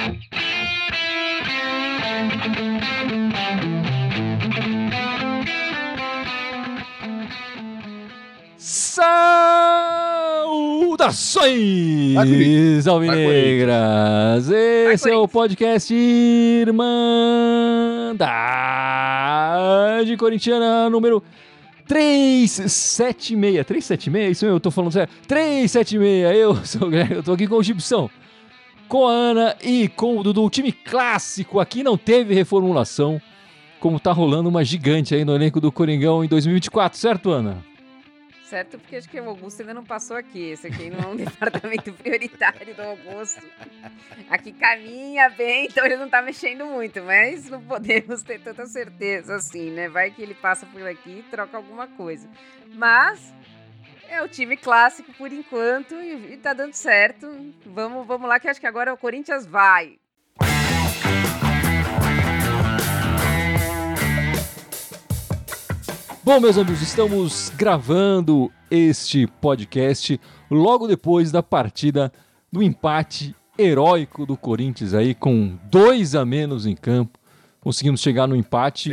Saudações alvinegras! Esse é o podcast Irmandade Corintiana número 376. 376? Isso mesmo, eu tô falando sério. 376, eu sou o Greg, eu tô aqui com o Gibson, com a Ana e com o Dudu. O time clássico aqui não teve reformulação, como tá rolando uma gigante aí no elenco do Coringão em 2024, certo, Ana? Certo, porque acho que o Augusto ainda não passou aqui. Esse aqui não é um departamento prioritário do Augusto. Aqui caminha bem, então ele não tá mexendo muito, mas não podemos ter tanta certeza assim, né? Vai que ele passa por aqui e troca alguma coisa. Mas é o time clássico por enquanto e tá dando certo. Vamos lá, que acho que agora o Corinthians vai. Bom, meus amigos, estamos gravando este podcast logo depois da partida do empate heróico do Corinthians aí, com 2 a menos em campo. Conseguimos chegar no empate.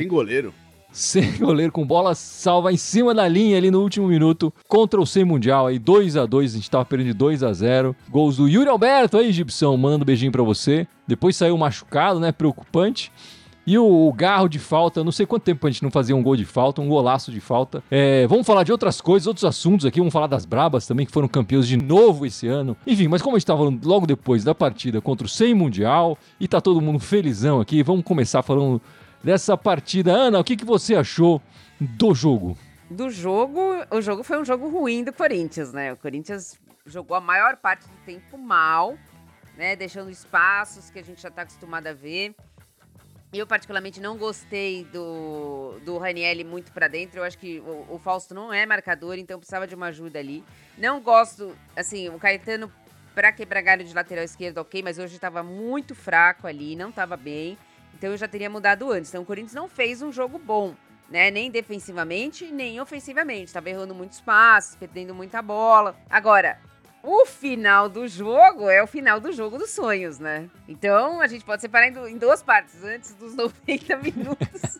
Sem goleiro, com bola salva em cima da linha ali no último minuto contra o Sem Mundial aí, 2-2, a gente tava perdendo de 2-0. Gols do Yuri Alberto aí, Gibson, mandando um beijinho pra você. Depois saiu machucado, né, preocupante. E o Garro de falta, não sei quanto tempo a gente não fazia um gol de falta, um golaço de falta. Vamos falar de outras coisas, outros assuntos aqui, vamos falar das Brabas também, que foram campeões de novo esse ano. Enfim, mas como a gente estava falando logo depois da partida contra o Sem Mundial, e tá todo mundo felizão aqui, vamos começar falando dessa partida. Ana, o que você achou do jogo? O jogo foi um jogo ruim do Corinthians, né? O Corinthians jogou a maior parte do tempo mal, né? Deixando espaços que a gente já tá acostumado a ver. Eu, particularmente, não gostei do Ranieri muito pra dentro. Eu acho que o Fausto não é marcador, então precisava de uma ajuda ali. Não gosto, assim, o Caetano pra quebrar galho de lateral esquerdo, ok, mas hoje tava muito fraco ali, não tava bem. Então eu já teria mudado antes. Então o Corinthians não fez um jogo bom, né? Nem defensivamente, nem ofensivamente. Tava errando muitos passes, perdendo muita bola. Agora, o final do jogo é o final do jogo dos sonhos, né? Então, a gente pode separar em duas partes. Antes dos 90 minutos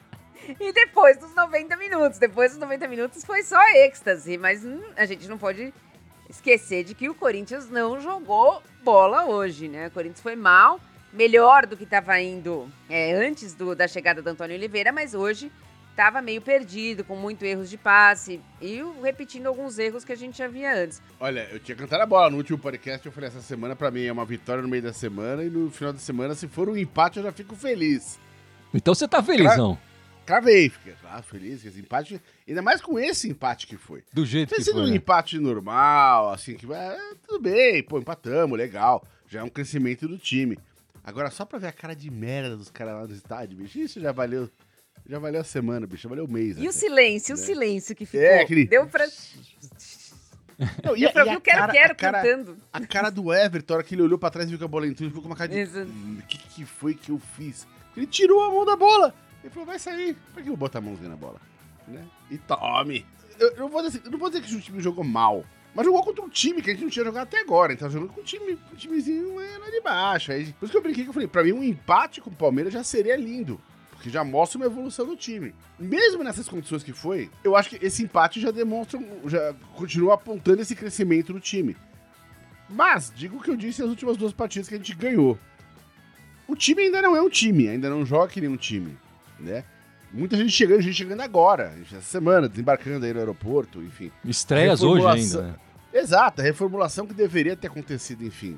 e depois dos 90 minutos. Depois dos 90 minutos foi só êxtase. Mas a gente não pode esquecer de que o Corinthians não jogou bola hoje, né? O Corinthians foi mal, melhor do que estava indo antes da chegada do Antônio Oliveira, mas hoje tava meio perdido, com muitos erros de passe e repetindo alguns erros que a gente já via antes. Olha, eu tinha cantado a bola no último podcast, eu falei, essa semana pra mim é uma vitória no meio da semana e no final da semana, se for um empate, eu já fico feliz. Então você tá felizão? Cravei, fiquei feliz, esse empate, ainda mais com esse empate que foi. Do jeito que foi, um empate normal, assim, que tudo bem, pô, empatamos, legal, já é um crescimento do time. Agora, só pra ver a cara de merda dos caras lá no estádio, bicho, isso já valeu a semana, bicho, já valeu o mês. E até, o silêncio, né? O silêncio que ficou. Aquele... Deu pra... Não, e eu quero cantando. A cara do Everton, a hora que ele olhou pra trás e viu que a bola entrou, ele ficou com uma cara de... O que foi que eu fiz? Ele tirou a mão da bola. Ele falou, vai sair. Pra que eu vou botar a mãozinha na bola? Né? E tome. Eu não vou dizer que o time jogou mal, mas jogou contra um time que a gente não tinha jogado até agora. Então jogando com um timezinho lá de baixo. Aí, por isso que eu brinquei, que eu falei, pra mim um empate com o Palmeiras já seria lindo, porque já mostra uma evolução do time. Mesmo nessas condições que foi, eu acho que esse empate já demonstra, já continua apontando esse crescimento do time. Mas, digo o que eu disse nas últimas 2 partidas que a gente ganhou. O time ainda não é um time, ainda não joga que nem um time, né? Muita gente chegando agora, essa semana, desembarcando aí no aeroporto, enfim. Estreias hoje ainda, né? Exato, a reformulação que deveria ter acontecido, enfim,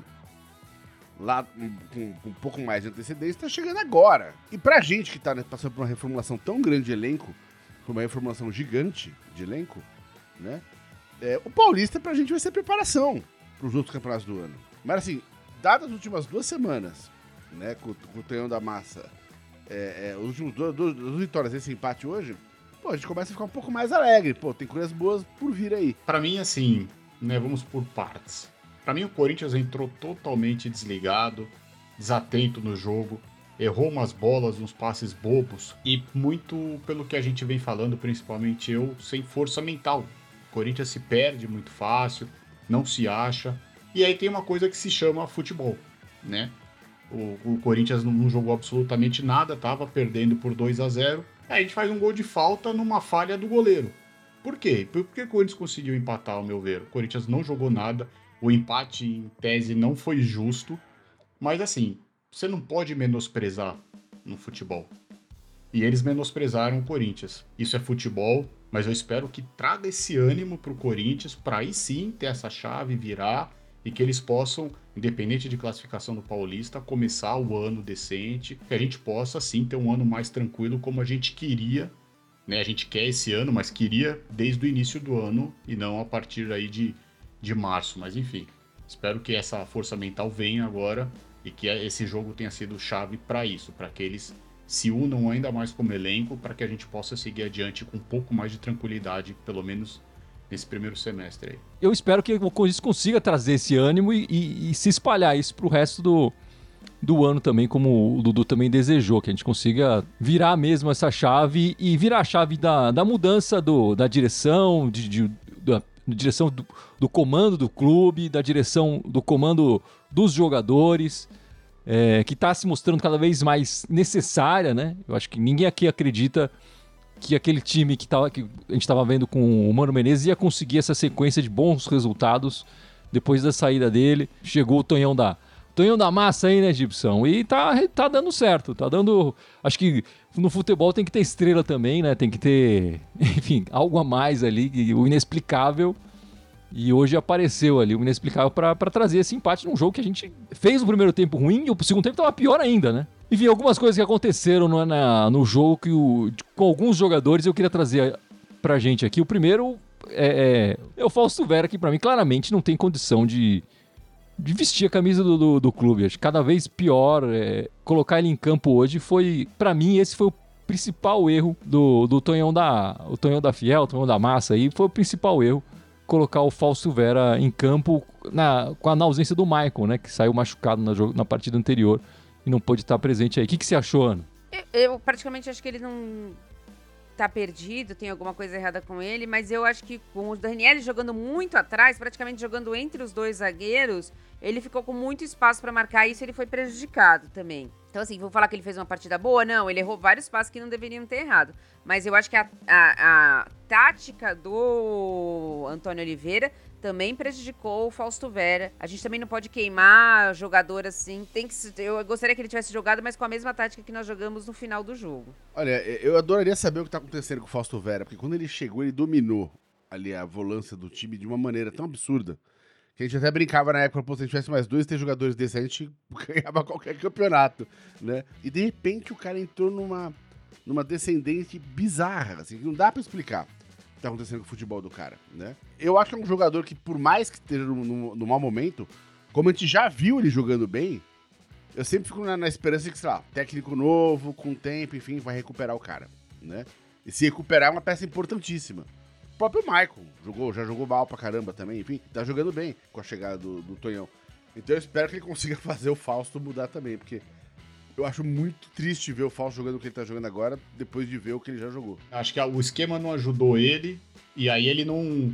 lá com um pouco mais de antecedência, tá chegando agora. E pra gente que tá passando por uma reformulação tão grande de elenco, por uma reformulação gigante de elenco, né? O Paulista pra gente vai ser preparação pros outros campeonatos do ano. Mas assim, dadas as últimas 2 semanas, né, com o Tonhão da Massa, os últimos 2 vitórias, esse empate hoje, pô, a gente começa a ficar um pouco mais alegre. Pô, tem coisas boas por vir aí. Pra mim, assim, né, vamos por partes. Pra mim, o Corinthians entrou totalmente desligado, desatento no jogo, errou umas bolas, uns passes bobos e muito pelo que a gente vem falando, principalmente eu, sem força mental. O Corinthians se perde muito fácil, não se acha. E aí tem uma coisa que se chama futebol, né? O Corinthians não jogou absolutamente nada, tava perdendo por 2-0. Aí a gente faz um gol de falta numa falha do goleiro. Por quê? Por que o Corinthians conseguiu empatar, ao meu ver? O Corinthians não jogou nada, o empate, em tese, não foi justo. Mas assim, você não pode menosprezar no futebol. E eles menosprezaram o Corinthians. Isso é futebol, mas eu espero que traga esse ânimo pro Corinthians, para aí sim ter essa chave, virar, e que eles possam, independente de classificação do Paulista, começar o ano decente, que a gente possa sim ter um ano mais tranquilo como a gente queria, né? A gente quer esse ano, mas queria desde o início do ano e não a partir aí de março. Mas enfim, espero que essa força mental venha agora e que esse jogo tenha sido chave para isso, para que eles se unam ainda mais como elenco, para que a gente possa seguir adiante com um pouco mais de tranquilidade, pelo menos nesse primeiro semestre aí. Eu espero que o Corinthians consiga trazer esse ânimo e se espalhar isso pro resto do ano também, como o Dudu também desejou, que a gente consiga virar mesmo essa chave e virar a chave da mudança da direção, da direção do comando do clube, da direção do comando dos jogadores, que está se mostrando cada vez mais necessária, né? Eu acho que ninguém aqui acredita que aquele time que a gente estava vendo com o Mano Menezes ia conseguir essa sequência de bons resultados depois da saída dele. Chegou o Tonhão da Massa aí, né, Gibson? E tá dando certo, tá dando... Acho que no futebol tem que ter estrela também, né? Tem que ter, enfim, algo a mais ali, o inexplicável. E hoje apareceu ali o inexplicável para trazer esse empate num jogo que a gente fez o primeiro tempo ruim e o segundo tempo tava pior ainda, né? Enfim, algumas coisas que aconteceram no jogo com alguns jogadores eu queria trazer pra gente aqui. O primeiro é o Fausto Vera, que pra mim claramente não tem condição de vestir a camisa do clube. Acho que cada vez pior. Colocar ele em campo hoje pra mim, esse foi o principal erro do Tonhão da Fiel, o Tonhão da Massa aí, foi o principal erro. Colocar o Fausto Vera em campo na ausência do Maicon, né? Que saiu machucado na partida anterior e não pôde estar presente aí. O que você achou, Ana? Eu praticamente acho que ele não tá perdido, tem alguma coisa errada com ele, mas eu acho que com o Ranieri jogando muito atrás, praticamente jogando entre os dois zagueiros, ele ficou com muito espaço para marcar isso e ele foi prejudicado também. Então, assim, vou falar que ele fez uma partida boa? Não, ele errou vários passos que não deveriam ter errado. Mas eu acho que a tática do Antônio Oliveira também prejudicou o Fausto Vera. A gente também não pode queimar jogador assim. Eu gostaria que ele tivesse jogado, mas com a mesma tática que nós jogamos no final do jogo. Olha, eu adoraria saber o que tá acontecendo com o Fausto Vera, porque quando ele chegou, ele dominou ali a volância do time de uma maneira tão absurda que a gente até brincava na época, se a gente tivesse mais 2, 3 jogadores desses, a gente ganhava qualquer campeonato, né? E de repente o cara entrou numa descendente bizarra, assim, que não dá pra explicar o que tá acontecendo com o futebol do cara, né? Eu acho que é um jogador que, por mais que esteja no mau momento, como a gente já viu ele jogando bem, eu sempre fico na esperança de que, sei lá, técnico novo, com tempo, enfim, vai recuperar o cara, né? E se recuperar é uma peça importantíssima. O próprio Maicon já jogou mal pra caramba também, enfim, tá jogando bem com a chegada do Tonhão. Então eu espero que ele consiga fazer o Fausto mudar também, porque eu acho muito triste ver o Fausto jogando o que ele tá jogando agora, depois de ver o que ele já jogou. Acho que o esquema não ajudou ele, e aí ele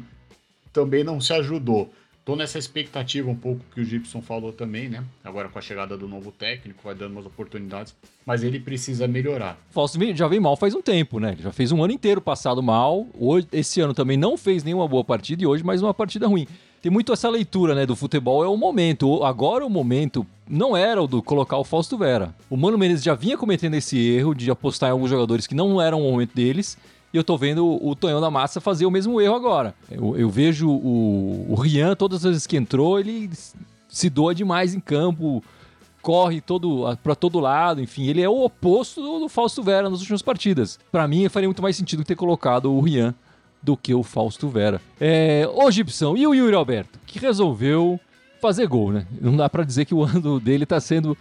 também não se ajudou. Tô nessa expectativa um pouco que o Gibson falou também, né? Agora com a chegada do novo técnico, vai dando umas oportunidades, mas ele precisa melhorar. O Fausto já vem mal faz um tempo, né? Ele já fez um ano inteiro passado mal. Esse ano também não fez nenhuma boa partida e hoje mais uma partida ruim. Tem muito essa leitura, né, do futebol, é o momento. Agora o momento não era o do colocar o Fausto Vera. O Mano Menezes já vinha cometendo esse erro de apostar em alguns jogadores que não eram o momento deles. E eu tô vendo o Tonhão da Massa fazer o mesmo erro agora. Eu vejo o Rian, todas as vezes que entrou, ele se doa demais em campo, corre pra todo lado, enfim. Ele é o oposto do Fausto Vera nas últimas partidas. Pra mim, faria muito mais sentido ter colocado o Rian do que o Fausto Vera. Ô Gibson, e o Yuri Alberto, que resolveu fazer gol, né? Não dá pra dizer que o ano dele tá sendo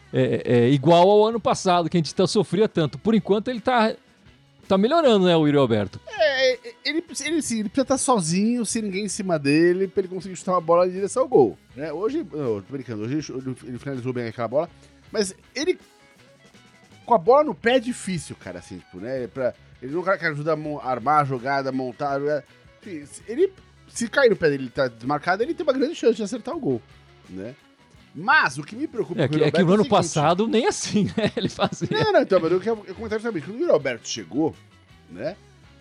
igual ao ano passado, que a gente sofria tanto. Por enquanto, ele tá melhorando, né, o Yuri Alberto? Ele precisa estar sozinho, sem ninguém em cima dele, pra ele conseguir chutar uma bola em direção ao gol, né? Hoje, tô brincando, hoje ele finalizou bem aquela bola, mas ele, com a bola no pé é difícil, cara, assim, tipo, né? Ele não é um cara que ajuda a armar a jogada, montar, enfim, se cair no pé dele e tá desmarcado, ele tem uma grande chance de acertar o gol, né? Mas o que me preocupa É que no ano passado nem assim, né? Ele fazia. Não, então, mas eu comentar justamente. Quando o Yuri Alberto chegou, né?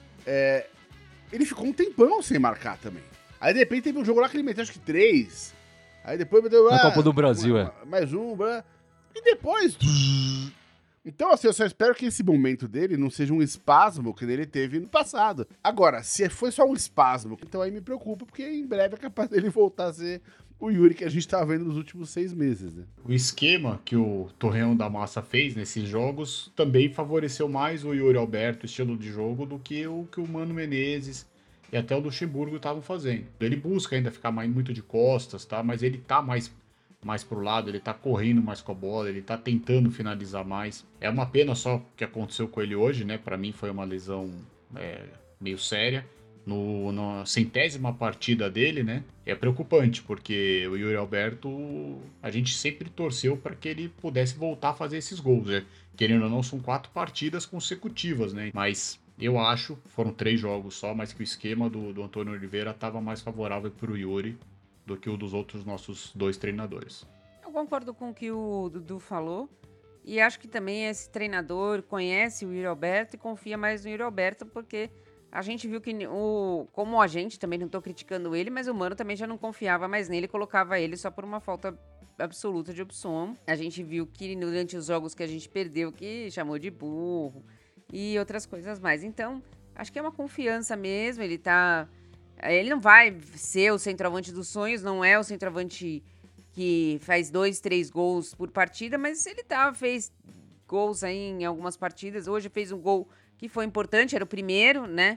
Ele ficou um tempão sem marcar também. Aí, de repente, teve um jogo lá que ele meteu, acho que 3. Aí depois meteu... Na Copa do Brasil, mais um, e depois... Então, assim, eu só espero que esse momento dele não seja um espasmo que ele teve no passado. Agora, se foi só um espasmo, então aí me preocupa, porque em breve é capaz dele voltar a ser o Yuri que a gente tá vendo nos últimos 6 meses, né? O esquema que o Torreão da Massa fez nesses jogos também favoreceu mais o Yuri Alberto, estilo de jogo, do que o Mano Menezes e até o Luxemburgo estavam fazendo. Ele busca ainda ficar muito de costas, tá? Mas ele tá mais pro lado, ele tá correndo mais com a bola, ele tá tentando finalizar mais. É uma pena só o que aconteceu com ele hoje, né? Pra mim foi uma lesão meio séria. Na 100ª partida dele, né? É preocupante, porque o Yuri Alberto, a gente sempre torceu para que ele pudesse voltar a fazer esses gols, né? Querendo ou não, são 4 partidas consecutivas, né? Mas eu acho, foram 3 jogos só, mas que o esquema do Antônio Oliveira estava mais favorável para o Yuri do que o dos outros nossos 2 treinadores. Eu concordo com o que o Dudu falou. E acho que também esse treinador conhece o Yuri Alberto e confia mais no Yuri Alberto, porque a gente viu que, como a gente, também não estou criticando ele, mas o Mano também já não confiava mais nele, colocava ele só por uma falta absoluta de opção. A gente viu que durante os jogos que a gente perdeu, que chamou de burro e outras coisas mais. Então, acho que é uma confiança mesmo, ele não vai ser o centroavante dos sonhos, não é o centroavante que faz 2, 3 gols por partida, mas ele fez gols aí em algumas partidas. Hoje fez um gol que foi importante, era o primeiro, né?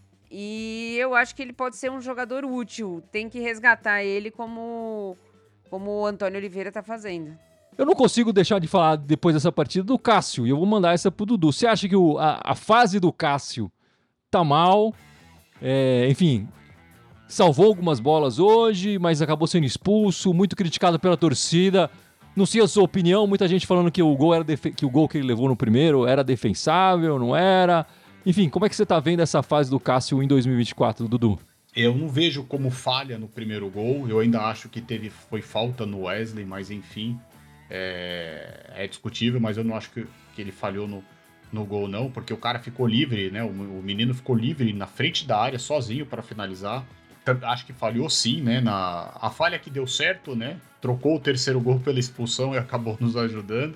E eu acho que ele pode ser um jogador útil. Tem que resgatar ele como o Antônio Oliveira tá fazendo. Eu não consigo deixar de falar, depois dessa partida, do Cássio. E eu vou mandar essa pro Dudu. Você acha que a fase do Cássio tá mal? Enfim, salvou algumas bolas hoje, mas acabou sendo expulso, muito criticado pela torcida. Não sei a sua opinião, muita gente falando que o gol que ele levou no primeiro era defensável, não era. Enfim, como é que você tá vendo essa fase do Cássio em 2024, Dudu? Eu não vejo como falha no primeiro gol, eu ainda acho que foi falta no Wesley, mas enfim, é discutível, mas eu não acho que ele falhou no gol não, porque o cara ficou livre, né? O menino ficou livre na frente da área, sozinho para finalizar. Acho que falhou sim, né? A falha que deu certo, né? Trocou o terceiro gol pela expulsão e acabou nos ajudando.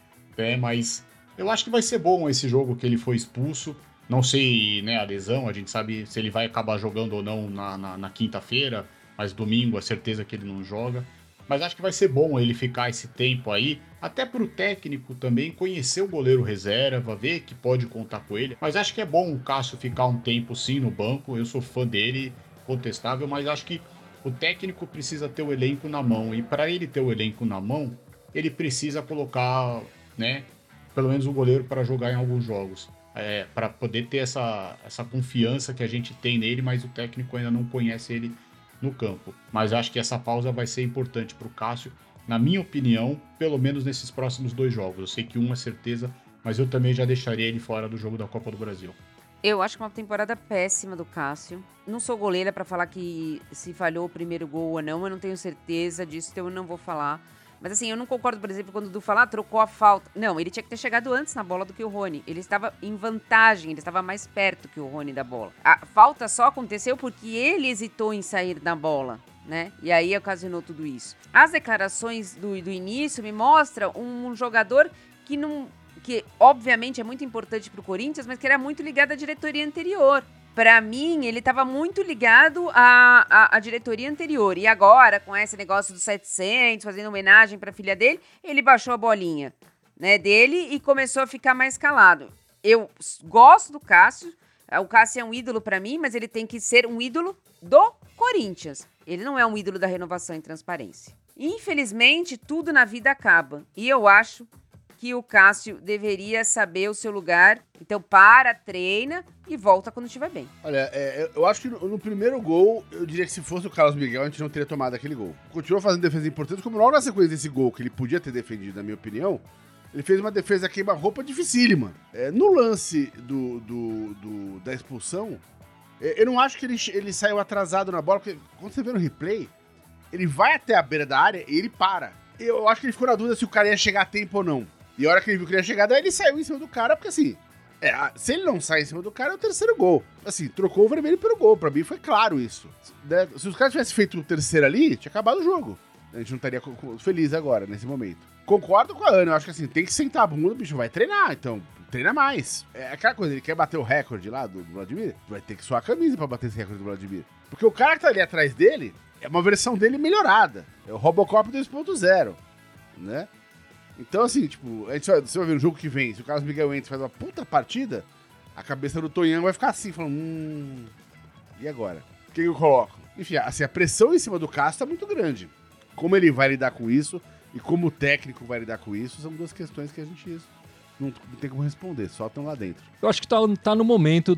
Mas eu acho que vai ser bom esse jogo que ele foi expulso. Não sei, né, a lesão, a gente sabe se ele vai acabar jogando ou não na quinta-feira, mas domingo é certeza que ele não joga. Mas acho que vai ser bom ele ficar esse tempo aí, até pro técnico também conhecer o goleiro reserva, ver que pode contar com ele. Mas acho que é bom o Cássio ficar um tempo sim no banco, eu sou fã dele, contestável, mas acho que o técnico precisa ter o elenco na mão, e para ele ter o elenco na mão, ele precisa colocar, né, pelo menos o goleiro para jogar em alguns jogos, para poder ter essa confiança que a gente tem nele, mas o técnico ainda não conhece ele no campo. Mas acho que essa pausa vai ser importante para o Cássio, na minha opinião, pelo menos nesses próximos 2 jogos. Eu sei que um é certeza, mas eu também já deixaria ele fora do jogo da Copa do Brasil. Eu acho que é uma temporada péssima do Cássio. Não sou goleira pra falar que se falhou o primeiro gol ou não, eu não tenho certeza disso, então eu não vou falar. Mas assim, eu não concordo, por exemplo, quando o Dudu fala, trocou a falta. Não, ele tinha que ter chegado antes na bola do que o Rony. Ele estava em vantagem, ele estava mais perto que o Rony da bola. A falta só aconteceu porque ele hesitou em sair da bola, né? E aí ocasionou tudo isso. As declarações do início me mostram um jogador que obviamente é muito importante pro Corinthians, mas que era muito ligado à diretoria anterior. Pra mim, ele estava muito ligado à diretoria anterior. E agora, com esse negócio dos 700, fazendo homenagem pra filha dele, ele baixou a bolinha, né, dele e começou a ficar mais calado. Eu gosto do Cássio. O Cássio é um ídolo pra mim, mas ele tem que ser um ídolo do Corinthians. Ele não é um ídolo da Renovação e Transparência. Infelizmente, tudo na vida acaba. E eu acho que o Cássio deveria saber o seu lugar. Então treina e volta quando estiver bem. Olha, eu acho que no primeiro gol, eu diria que se fosse o Carlos Miguel, a gente não teria tomado aquele gol. Continuou fazendo defesa importante, como logo na sequência desse gol, que ele podia ter defendido, na minha opinião, ele fez uma defesa queima-roupa dificílima. No lance da expulsão, eu não acho que ele saiu atrasado na bola, porque quando você vê no replay, ele vai até a beira da área e ele para. Eu acho que ele ficou na dúvida se o cara ia chegar a tempo ou não. E a hora que ele viu que ele ia chegar, daí ele saiu em cima do cara, porque assim, se ele não sai em cima do cara, é o terceiro gol. Assim, trocou o vermelho pelo gol. Pra mim foi claro isso. Se os caras tivessem feito o terceiro ali, tinha acabado o jogo. A gente não estaria feliz agora, nesse momento. Concordo com a Ana, eu acho que assim, tem que sentar a bunda, o bicho vai treinar, então treina mais. É aquela coisa, ele quer bater o recorde lá do Vladimir, vai ter que suar a camisa pra bater esse recorde do Vladimir. Porque o cara que tá ali atrás dele é uma versão dele melhorada. É o Robocop 2.0, né? Então, assim, tipo, você vai ver no jogo que vem, se o Carlos Miguel entra e faz uma puta partida, a cabeça do Tonhão vai ficar assim, falando, e agora? O que eu coloco? Enfim, assim, a pressão em cima do Cássio tá muito grande. Como ele vai lidar com isso e como o técnico vai lidar com isso, são duas questões que a gente não tem como responder, só estão lá dentro. Eu acho que tá no momento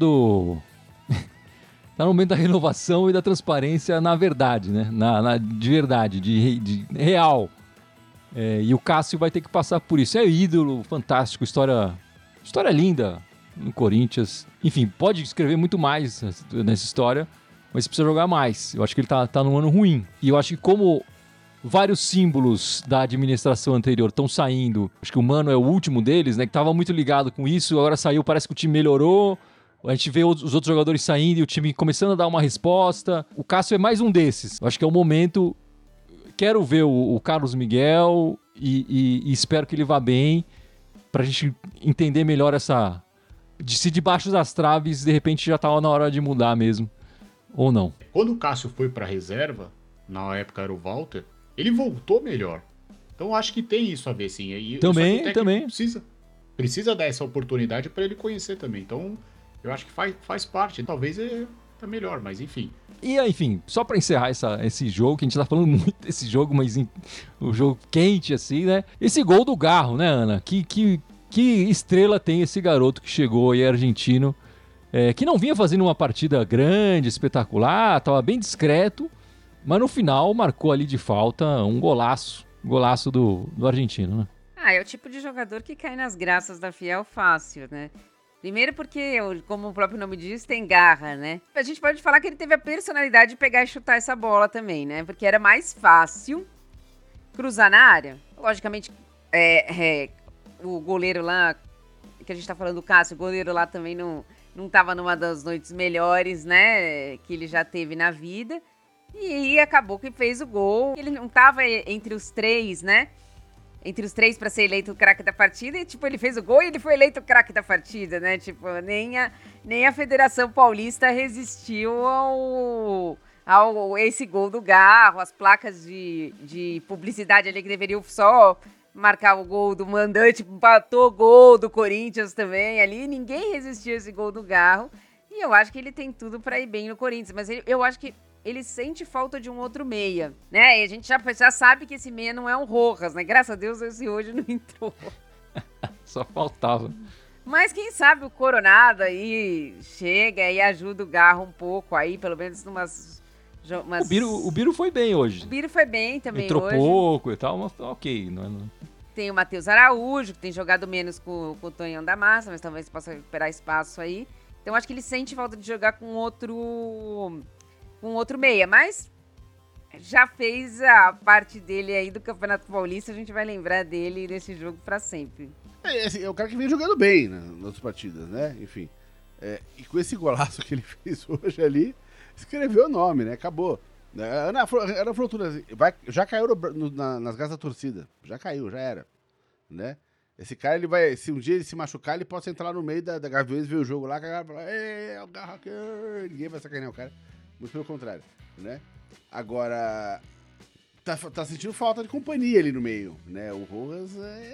tá no momento da renovação e da transparência na verdade, né? De verdade, de real. E o Cássio vai ter que passar por isso. É ídolo, fantástico, história linda no Corinthians. Enfim, pode escrever muito mais nessa história, mas precisa jogar mais. Eu acho que ele tá num ano ruim. E eu acho que como vários símbolos da administração anterior estão saindo, acho que o Mano é o último deles, né? Que tava muito ligado com isso, agora saiu, parece que o time melhorou. A gente vê os outros jogadores saindo e o time começando a dar uma resposta. O Cássio é mais um desses. Eu acho que é o momento. Quero ver o Carlos Miguel e espero que ele vá bem pra gente entender melhor se debaixo das traves de repente já tava na hora de mudar mesmo, ou não. Quando o Cássio foi pra reserva, na época era o Walter, ele voltou melhor. Então acho que tem isso a ver, sim. Também. Precisa dar essa oportunidade pra ele conhecer também. Então eu acho que faz parte. Talvez tá melhor, mas enfim. E, enfim, só pra encerrar esse jogo, que a gente tá falando muito desse jogo, mas o jogo quente, assim, né? Esse gol do Garro, né, Ana? Que estrela tem esse garoto que chegou aí, argentino, que não vinha fazendo uma partida grande, espetacular, tava bem discreto, mas no final marcou ali de falta um golaço do argentino, né? É o tipo de jogador que cai nas graças da Fiel fácil, né? Primeiro porque, como o próprio nome diz, tem garra, né? A gente pode falar que ele teve a personalidade de pegar e chutar essa bola também, né? Porque era mais fácil cruzar na área. Logicamente, o goleiro lá, que a gente tá falando do Cássio, o goleiro lá também não tava numa das noites melhores, né? Que ele já teve na vida. E acabou que fez o gol. Ele não tava entre os três, né? Entre os três pra ser eleito o craque da partida, e tipo, ele fez o gol e ele foi eleito o craque da partida, né? Tipo, nem a Federação Paulista resistiu ao esse gol do Garro, as placas de publicidade ali que deveriam só marcar o gol do mandante, empatou o gol do Corinthians também ali, ninguém resistiu a esse gol do Garro, e eu acho que ele tem tudo pra ir bem no Corinthians, mas eu acho que ele sente falta de um outro meia, né? E a gente já sabe que esse meia não é um Rojas, né? Graças a Deus esse hoje não entrou. Só faltava. Mas quem sabe o Coronado aí chega e ajuda o Garro um pouco aí, pelo menos numas... O Biro foi bem hoje. O Biro foi bem também entrou hoje. pouco e tal, mas ok. Não... Tem o Matheus Araújo, que tem jogado menos com o Tonhão da Massa, mas talvez possa recuperar espaço aí. Então acho que ele sente falta de jogar com outro meia, mas já fez a parte dele aí do Campeonato Paulista, a gente vai lembrar dele nesse jogo pra sempre. Assim, é o cara que vem jogando bem, né, nas outras partidas, né? Enfim. E com esse golaço que ele fez hoje ali, escreveu o nome, né? Acabou. Ana Flortura já caiu nas garras da torcida. Já caiu, já era. Né? Esse cara, ele vai. Se um dia ele se machucar, ele pode entrar no meio da Gaviões, ver o jogo lá, que a galera fala, é o Garra aqui. Ninguém vai sacanear o cara. Muito pelo contrário, né? Agora, tá sentindo falta de companhia ali no meio, né? O Rojas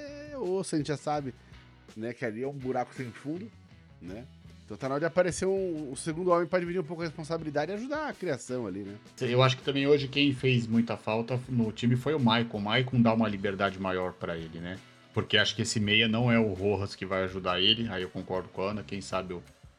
a gente já sabe, né? Que ali é um buraco sem fundo, né? Então tá na hora de aparecer um segundo homem pra dividir um pouco a responsabilidade e ajudar a criação ali, né? Eu acho que também hoje quem fez muita falta no time foi o Maicon. O Maicon dá uma liberdade maior pra ele, né? Porque acho que esse meia não é o Rojas que vai ajudar ele, aí eu concordo com a Ana, quem sabe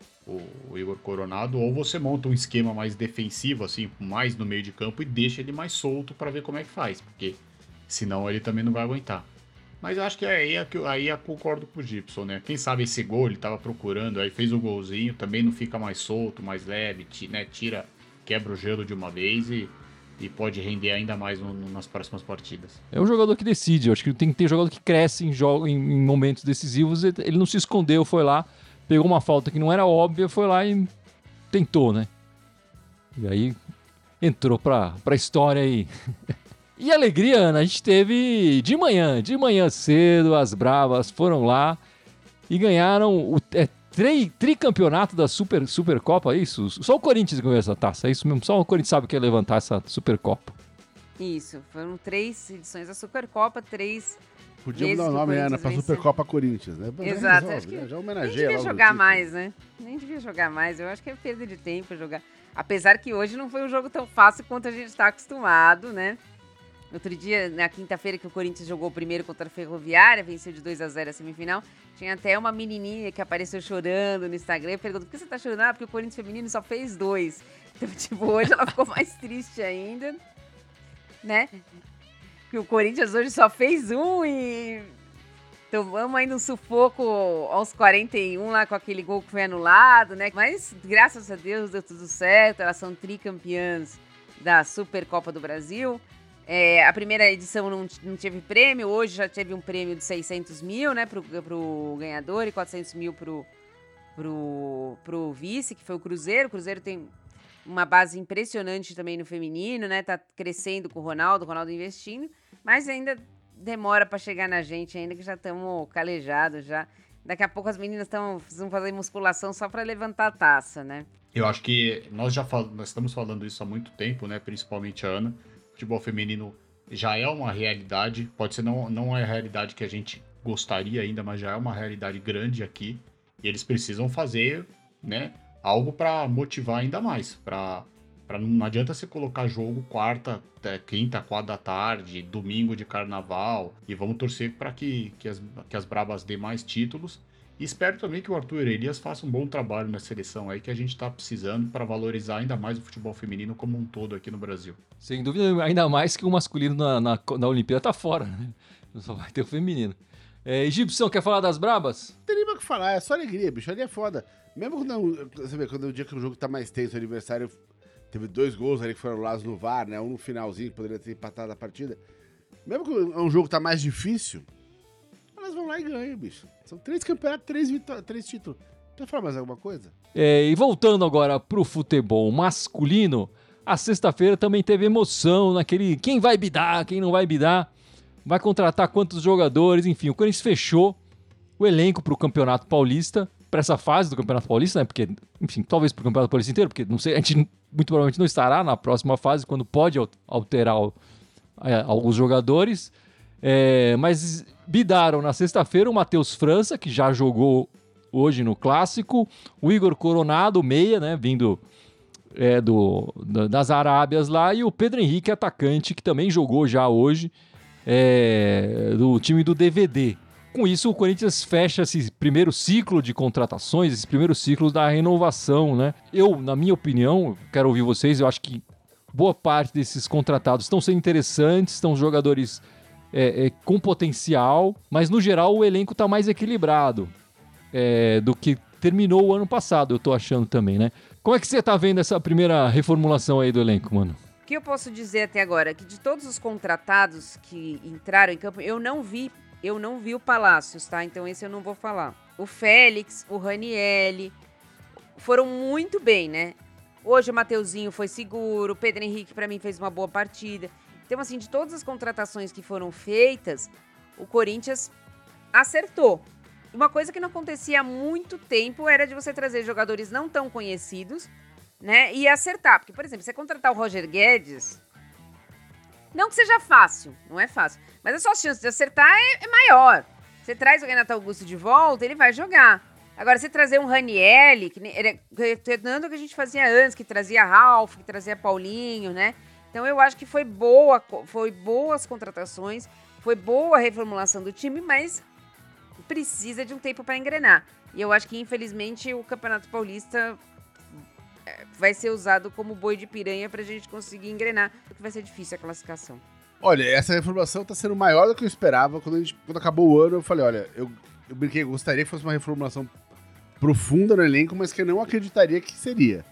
o Igor Coronado, ou você monta um esquema mais defensivo, assim, mais no meio de campo e deixa ele mais solto pra ver como é que faz, porque senão ele também não vai aguentar. Mas eu acho que aí eu concordo com o Gibson, né? Quem sabe esse gol ele tava procurando, aí fez o golzinho, também não fica mais solto, mais leve, né? Quebra o gelo de uma vez e e pode render ainda mais nas próximas partidas. É um jogador que decide, eu acho que tem que ter jogador que cresce em momentos decisivos, ele não se escondeu, foi lá, pegou uma falta que não era óbvia, foi lá e tentou, né? E aí entrou pra história aí. E alegria, Ana, a gente teve de manhã cedo, as Bravas foram lá e ganharam o tricampeonato da Supercopa, é isso? Só o Corinthians ganhou essa taça, é isso mesmo? Só o Corinthians sabe que é levantar essa Supercopa. Isso, foram 3 edições da Supercopa, 3 Podíamos dar o nome, Ana, pra Supercopa Corinthians, né? Exato, resolve, acho que já nem devia jogar mais, né? Nem devia jogar mais, eu acho que é perda de tempo jogar. Apesar que hoje não foi um jogo tão fácil quanto a gente está acostumado, né? Outro dia, na quinta-feira, que o Corinthians jogou o primeiro contra a Ferroviária, venceu de 2-0 a semifinal, tinha até uma menininha que apareceu chorando no Instagram e perguntou: por que você tá chorando? Ah, porque o Corinthians feminino só fez 2. Então, tipo, hoje ela ficou mais triste ainda, né? Que o Corinthians hoje só fez 1 e tomamos ainda um sufoco aos 41 lá com aquele gol que foi anulado, né? Mas, graças a Deus, deu tudo certo, elas são tricampeãs da Supercopa do Brasil. A primeira edição não teve prêmio, hoje já teve um prêmio de 600 mil, né, pro ganhador e 400 mil pro vice, que foi o Cruzeiro. O Cruzeiro tem uma base impressionante também no feminino, né, tá crescendo com o Ronaldo investindo, mas ainda demora para chegar na gente ainda, que já estamos calejados já. Daqui a pouco as meninas vão fazer musculação só para levantar a taça, né? Eu acho que nós estamos falando isso há muito tempo, né, principalmente a Ana. Futebol feminino já é uma realidade, pode ser não é a realidade que a gente gostaria ainda, mas já é uma realidade grande aqui, e eles precisam fazer, né, algo para motivar ainda mais, não adianta você colocar jogo quarta, quinta, 4 da tarde, domingo de carnaval, e vamos torcer para que as Brabas dê mais títulos. E espero também que o Arthur Elias faça um bom trabalho na seleção aí, que a gente está precisando para valorizar ainda mais o futebol feminino como um todo aqui no Brasil. Sem dúvida, ainda mais que o masculino na Olimpíada tá fora, né? Só vai ter o feminino. Egipção, quer falar das Brabas? Não tem nem mais o que falar, é só alegria, bicho, ali é foda. Mesmo quando, você vê, quando o dia que o jogo tá mais tenso, o aniversário, teve 2 gols ali que foram anulados no VAR, né? Um no finalzinho, que poderia ter empatado a partida. Mesmo que um jogo tá mais difícil, elas vão lá e ganham, bicho. São 3 campeonatos, 3 títulos. Quer falar mais alguma coisa? E voltando agora pro futebol masculino, a sexta-feira também teve emoção naquele quem vai bidar, quem não vai bidar, vai contratar quantos jogadores, enfim. O Corinthians fechou o elenco pro Campeonato Paulista, para essa fase do Campeonato Paulista, né? Porque, enfim, talvez pro Campeonato Paulista inteiro, porque não sei, a gente muito provavelmente não estará na próxima fase, quando pode alterar alguns jogadores. Mas bidaram na sexta-feira o Matheus França, que já jogou hoje no Clássico, o Igor Coronado, meia, né, vindo das Arábias lá, e o Pedro Henrique, atacante, que também jogou já hoje, do time do DVD. Com isso, o Corinthians fecha esse primeiro ciclo de contratações, esse primeiro ciclo da renovação, né? Eu, na minha opinião, quero ouvir vocês, eu acho que boa parte desses contratados estão sendo interessantes, estão jogadores com potencial, mas no geral o elenco está mais equilibrado do que terminou o ano passado, eu tô achando também, né? Como é que você tá vendo essa primeira reformulação aí do elenco, mano? O que eu posso dizer até agora? Que de todos os contratados que entraram em campo, eu não vi o Palácios, tá? Então esse eu não vou falar. O Félix, o Ranielli foram muito bem, né? Hoje o Mateuzinho foi seguro, o Pedro Henrique pra mim fez uma boa partida. Então, assim, de todas as contratações que foram feitas, o Corinthians acertou. Uma coisa que não acontecia há muito tempo era de você trazer jogadores não tão conhecidos, né, e acertar. Porque, por exemplo, você contratar o Roger Guedes, não que seja fácil, não é fácil, mas a sua chance de acertar é maior. Você traz o Renato Augusto de volta, ele vai jogar. Agora, você trazer um Ranielli, retornando o que a gente fazia antes, que trazia Ralf, que trazia Paulinho, né? Então, eu acho que foi boas contratações, foi boa a reformulação do time, mas precisa de um tempo para engrenar. E eu acho que, infelizmente, o Campeonato Paulista vai ser usado como boi de piranha para a gente conseguir engrenar, porque vai ser difícil a classificação. Olha, essa reformulação está sendo maior do que eu esperava. Quando acabou o ano, eu falei, olha, eu brinquei, eu gostaria que fosse uma reformulação profunda no elenco, mas que eu não acreditaria que seria.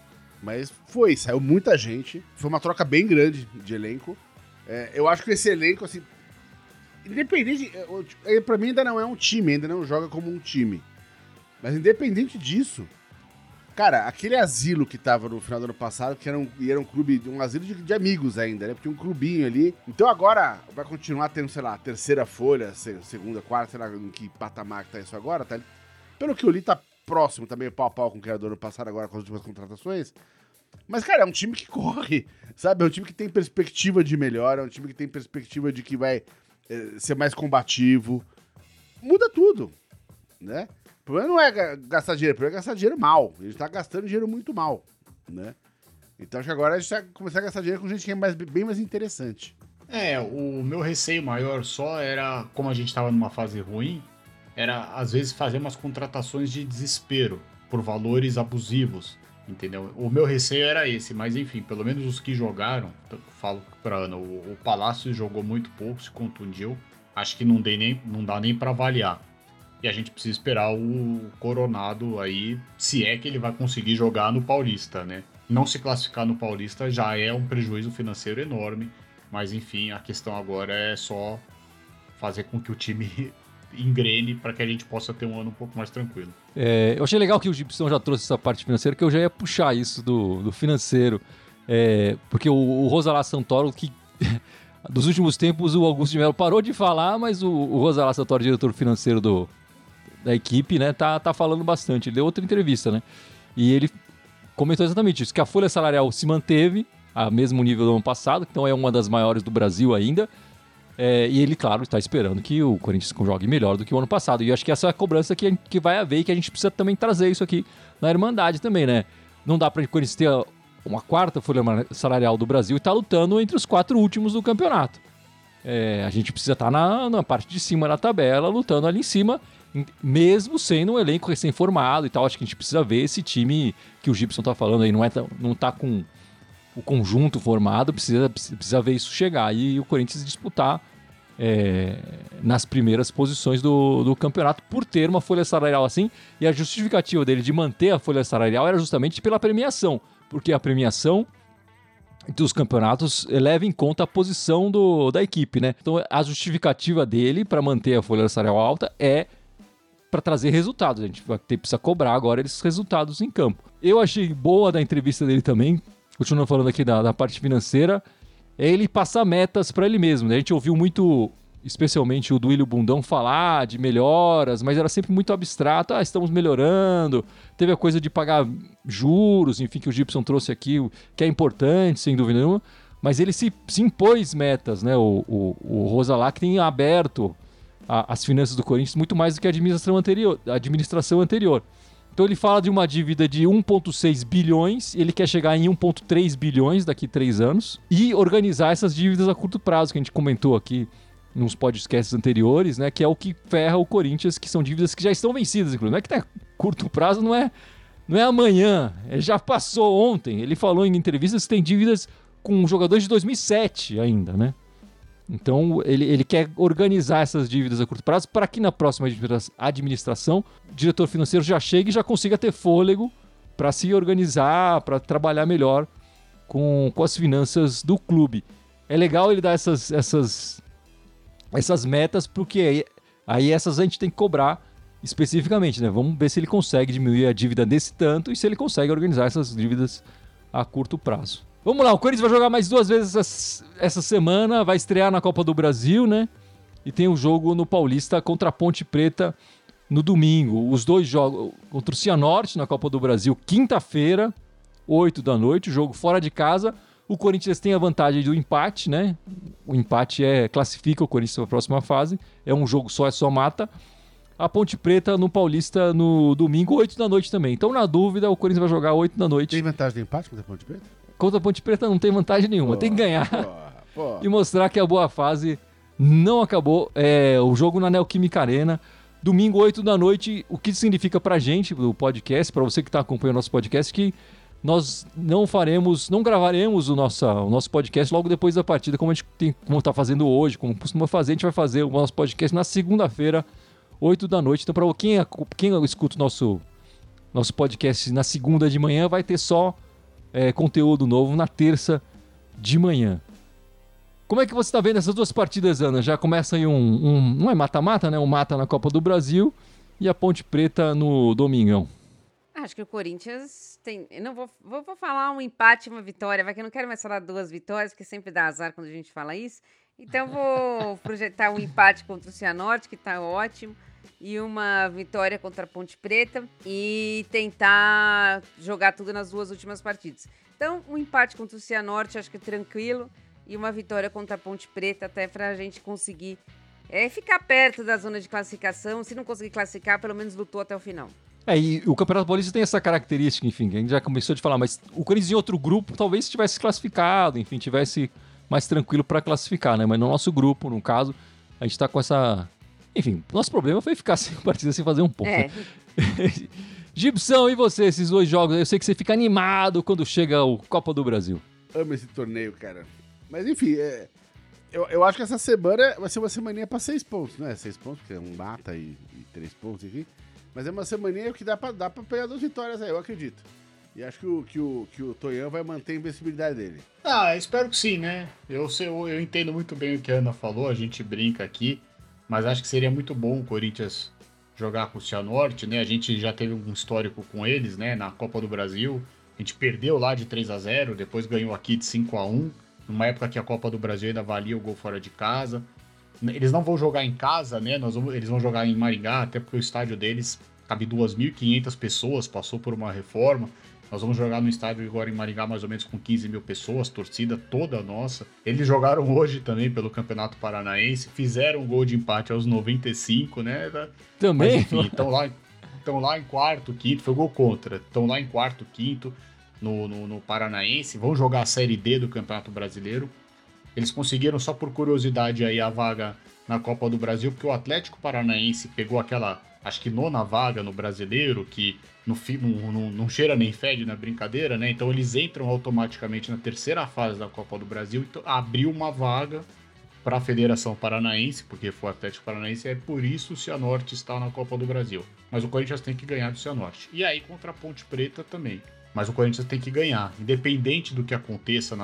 Mas saiu muita gente. Foi uma troca bem grande de elenco. Eu acho que esse elenco, assim, independente, pra mim ainda não é um time, ainda não joga como um time. Mas independente disso, cara, aquele asilo que tava no final do ano passado, que era um clube, um asilo de amigos ainda, né? Porque um clubinho ali. Então agora vai continuar tendo, sei lá, terceira folha, segunda, quarta, sei lá em que patamar que tá isso agora, tá? Pelo que eu li, tá próximo, tá meio pau a pau com o que era do ano passado agora com as últimas contratações. Mas, cara, é um time que corre, sabe? É um time que tem perspectiva de melhora, é um time que tem perspectiva de que vai ser mais combativo. Muda tudo, né? O problema não é gastar dinheiro, o problema é gastar dinheiro mal. A gente tá gastando dinheiro muito mal, né? Então acho que agora a gente vai começar a gastar dinheiro com gente que é bem mais interessante. O meu receio maior só era, como a gente tava numa fase ruim, era às vezes fazer umas contratações de desespero por valores abusivos, entendeu? O meu receio era esse, mas enfim, pelo menos os que jogaram, falo pra Ana, o Palácio jogou muito pouco, se contundiu, acho que não dá nem pra avaliar. E a gente precisa esperar o Coronado aí, se é que ele vai conseguir jogar no Paulista, né? Não se classificar no Paulista já é um prejuízo financeiro enorme, mas enfim, a questão agora é só fazer com que o time engrene para que a gente possa ter um ano um pouco mais tranquilo. Eu achei legal que o Gibson já trouxe essa parte financeira, que eu já ia puxar isso do financeiro, porque o Rosalá Santoro, que dos últimos tempos o Augusto de Mello parou de falar, mas o Rosalá Santoro, diretor financeiro da equipe, né, tá falando bastante. Ele deu outra entrevista, né, e ele comentou exatamente isso, que a folha salarial se manteve ao mesmo nível do ano passado, então é uma das maiores do Brasil ainda. E ele, claro, está esperando que o Corinthians jogue melhor do que o ano passado. E eu acho que essa é a cobrança que vai haver e que a gente precisa também trazer isso aqui na Irmandade também, né? Não dá para o Corinthians ter uma quarta folha salarial do Brasil e estar lutando entre os 4 últimos do campeonato. A gente precisa estar na parte de cima da tabela, lutando ali em cima, mesmo sendo um elenco recém-formado e tal. Acho que a gente precisa ver esse time que o Gibson está falando aí, não está com o conjunto formado, precisa ver isso chegar e o Corinthians disputar nas primeiras posições do campeonato por ter uma folha salarial assim, e a justificativa dele de manter a folha salarial era justamente pela premiação, porque a premiação dos campeonatos leva em conta a posição da equipe, né? Então a justificativa dele para manter a folha salarial alta é para trazer resultados. A gente precisa cobrar agora esses resultados em campo. Eu achei boa da entrevista dele também, continuando falando aqui da parte financeira, é ele passar metas para ele mesmo, né? A gente ouviu muito, especialmente o Duílio Bundão, falar de melhoras, mas era sempre muito abstrato. Estamos melhorando. Teve a coisa de pagar juros, enfim, que o Gibson trouxe aqui, que é importante, sem dúvida nenhuma. Mas ele se impôs metas, né? O Rosalá, que tem aberto as finanças do Corinthians muito mais do que a administração anterior. Então ele fala de uma dívida de 1,6 bilhões, ele quer chegar em 1,3 bilhões daqui a 3 anos e organizar essas dívidas a curto prazo, que a gente comentou aqui nos podcasts anteriores, né, que é o que ferra o Corinthians, que são dívidas que já estão vencidas, inclusive. Não é que tá curto prazo, não é amanhã, já passou ontem. Ele falou em entrevistas que tem dívidas com jogadores de 2007 ainda, né? Então, ele quer organizar essas dívidas a curto prazo para que na próxima administração o diretor financeiro já chegue e já consiga ter fôlego para se organizar, para trabalhar melhor com as finanças do clube. É legal ele dar essas metas, porque aí essas a gente tem que cobrar especificamente, né? Vamos ver se ele consegue diminuir a dívida desse tanto e se ele consegue organizar essas dívidas a curto prazo. Vamos lá, o Corinthians vai jogar mais 2 vezes essa semana, vai estrear na Copa do Brasil, né? E tem um jogo no Paulista contra a Ponte Preta no domingo. Os 2 jogos contra o Cianorte na Copa do Brasil, quinta-feira, 8 da noite, o jogo fora de casa. O Corinthians tem a vantagem do empate, né? O empate classifica o Corinthians para a próxima fase. É um jogo só, é só mata. A Ponte Preta no Paulista no domingo, 8 da noite também. Então, na dúvida, o Corinthians vai jogar 8 da noite. Tem vantagem do empate contra a Ponte Preta? Contra a Ponte Preta não tem vantagem nenhuma, tem que ganhar e mostrar que a boa fase não acabou. O jogo na Neoquímica Arena, domingo 8 da noite. O que significa pra gente, do podcast, pra você que tá acompanhando o nosso podcast, que nós não gravaremos o nosso podcast logo depois da partida, como tá fazendo hoje, como costuma fazer. A gente vai fazer o nosso podcast na segunda-feira, 8 da noite. Então, pra quem escuta o nosso podcast na segunda de manhã, vai ter só conteúdo novo na terça de manhã. Como é que você está vendo essas duas partidas, Ana? Já começa aí não é mata-mata, né? Um mata na Copa do Brasil e a Ponte Preta no domingão. Acho que o Corinthians tem... Eu não vou falar um empate e uma vitória, vai que eu não quero mais falar 2 vitórias, porque sempre dá azar quando a gente fala isso. Então vou projetar um empate contra o Cianorte, que tá ótimo, e uma vitória contra a Ponte Preta e tentar jogar tudo nas 2 últimas partidas. Então, um empate contra o Cianorte, acho que é tranquilo, e uma vitória contra a Ponte Preta, até pra gente conseguir ficar perto da zona de classificação. Se não conseguir classificar, pelo menos lutou até o final. E o Campeonato Paulista tem essa característica, enfim, que a gente já começou a falar, mas o Corinthians em outro grupo talvez tivesse classificado, enfim, tivesse mais tranquilo para classificar, né? Mas no nosso grupo, no caso, a gente tá com essa... Enfim, nosso problema foi ficar sem partida, sem fazer um ponto. Né? Gibson, e você, esses 2 jogos? Eu sei que você fica animado quando chega o Copa do Brasil. Amo esse torneio, cara. Mas enfim, eu acho que essa semana vai ser uma semaninha pra 6 pontos, né? 6 pontos, porque é um mata e 3 pontos, enfim. Mas é uma semaninha que dá pra pegar 2 vitórias aí, eu acredito. E acho que o Tonhão vai manter a invencibilidade dele. Espero que sim, né? Eu entendo muito bem o que a Ana falou, a gente brinca aqui, mas acho que seria muito bom o Corinthians jogar com o Cianorte, né? A gente já teve um histórico com eles, né? Na Copa do Brasil, a gente perdeu lá de 3-0, depois ganhou aqui de 5-1, numa época que a Copa do Brasil ainda valia o gol fora de casa. Eles não vão jogar em casa, né? Eles vão jogar em Maringá, até porque o estádio deles cabe 2.500 pessoas, passou por uma reforma. Nós vamos jogar no estádio agora em Maringá mais ou menos com 15 mil pessoas, torcida toda nossa. Eles jogaram hoje também pelo Campeonato Paranaense, fizeram um gol de empate aos 95, né? Também? Mas, enfim, estão lá em quarto, quinto, foi gol contra. Estão lá em quarto, quinto no Paranaense, vão jogar a Série D do Campeonato Brasileiro. Eles conseguiram, só por curiosidade, aí a vaga na Copa do Brasil, porque o Atlético Paranaense pegou aquela, acho que 9ª vaga no Brasileiro, que não cheira nem fede na brincadeira, né? Então eles entram automaticamente na 3ª fase da Copa do Brasil, então abriu uma vaga para a Federação Paranaense, porque foi o Atlético Paranaense, é por isso o Cianorte está na Copa do Brasil. Mas o Corinthians tem que ganhar do Cianorte. E aí contra a Ponte Preta também. Mas o Corinthians tem que ganhar, independente do que aconteça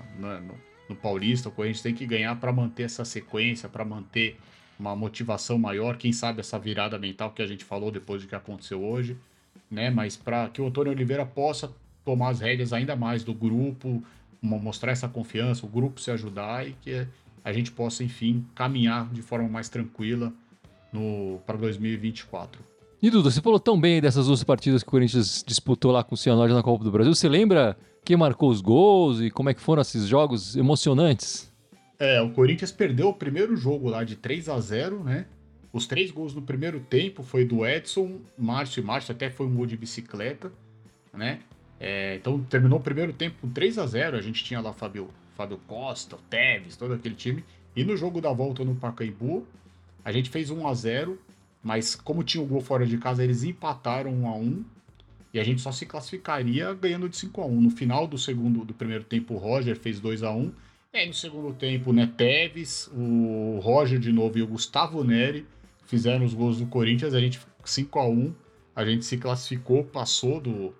no Paulista, o Corinthians tem que ganhar para manter essa sequência, para manter uma motivação maior, quem sabe essa virada mental que a gente falou depois do que aconteceu hoje, né? Mas para que o Antônio Oliveira possa tomar as rédeas ainda mais do grupo, mostrar essa confiança, o grupo se ajudar e que a gente possa, enfim, caminhar de forma mais tranquila para 2024. E Duda, você falou tão bem dessas 2 partidas que o Corinthians disputou lá com o Cianorte na Copa do Brasil. Você lembra quem marcou os gols e como é que foram esses jogos emocionantes? O Corinthians perdeu o primeiro jogo lá de 3-0, né? Os 3 gols no primeiro tempo foi do Edson, Márcio até foi um gol de bicicleta, né? Então terminou o primeiro tempo com 3-0, a gente tinha lá Fábio Costa, o Tevez, todo aquele time. E no jogo da volta no Pacaembu, a gente fez 1-0, mas como tinha o gol fora de casa, eles empataram 1-1 e a gente só se classificaria ganhando de 5-1. No final do primeiro tempo, o Roger fez 2-1. E aí no segundo tempo, né, Tevez, o Roger de novo e o Gustavo Neri fizeram os gols do Corinthians, a gente 5-1, a gente se classificou, passou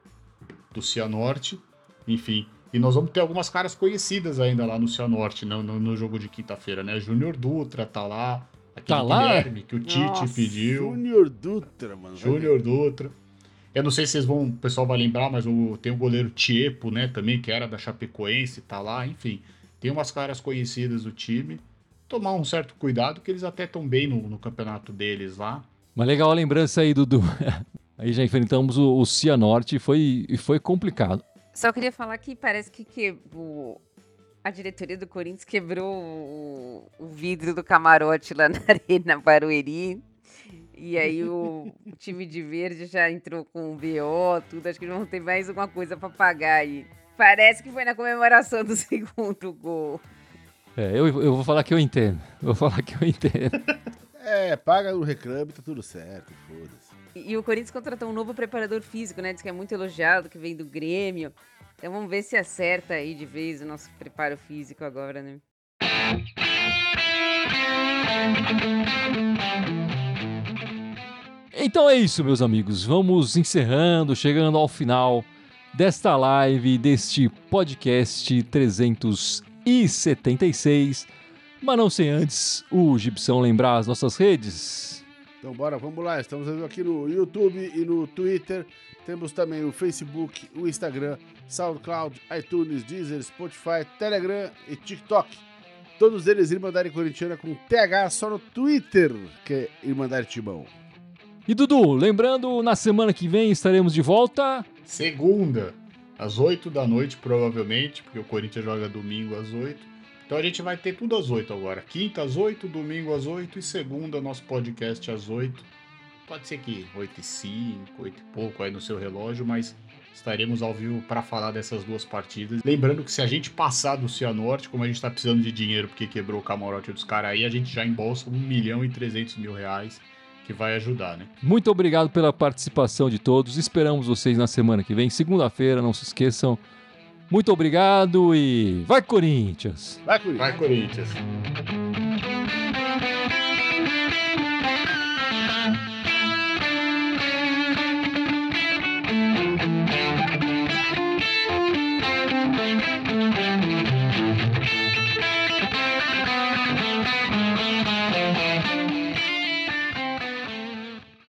do Cianorte, enfim. E nós vamos ter algumas caras conhecidas ainda lá no Cianorte, no jogo de quinta-feira, né? Júnior Dutra tá lá, aquele Guilherme que o Tite pediu. Júnior Dutra, mano. Júnior Dutra. Eu não sei se o pessoal vai lembrar, mas tem o goleiro Tiepo, né, também, que era da Chapecoense, tá lá, enfim. Tem umas caras conhecidas do time. Tomar um certo cuidado, que eles até estão bem no campeonato deles lá. Uma legal lembrança aí, Dudu. Aí já enfrentamos o Cianorte e foi complicado. Só queria falar que parece que a diretoria do Corinthians quebrou o vidro do camarote lá na Arena Barueri. E aí o time de verde já entrou com o BO, tudo. Acho que vão ter mais alguma coisa para pagar aí. Parece que foi na comemoração do segundo gol. Eu vou falar que eu entendo. Paga no Reclame, tá tudo certo, foda-se. E o Corinthians contratou um novo preparador físico, né? Diz que é muito elogiado, que vem do Grêmio. Então vamos ver se acerta aí de vez o nosso preparo físico agora, né? Então é isso, meus amigos. Vamos encerrando, chegando ao final desta live, deste podcast 376. Mas não sem antes o Gibson lembrar as nossas redes. Então bora, vamos lá. Estamos aqui no YouTube e no Twitter. Temos também o Facebook, o Instagram, SoundCloud, iTunes, Deezer, Spotify, Telegram e TikTok. Todos eles Irmandade Corintiana com TH só no Twitter, que é Irmandade Timão. E Dudu, lembrando, na semana que vem estaremos de volta. Segunda, às 8 da noite, provavelmente, porque o Corinthians joga domingo às 8. Então a gente vai ter tudo às 8 agora. Quinta às 8, domingo às 8 e segunda nosso podcast às 8. Pode ser que 8h05, 8 e pouco aí no seu relógio, mas estaremos ao vivo para falar dessas duas partidas. Lembrando que se a gente passar do Cianorte, como a gente está precisando de dinheiro porque quebrou o camarote dos caras aí, a gente já embolsa R$1.300.000, que vai ajudar, né? Muito obrigado pela participação de todos. Esperamos vocês na semana que vem, segunda-feira, não se esqueçam. Muito obrigado e vai Corinthians! Vai, Corinthians! Vai, Corinthians!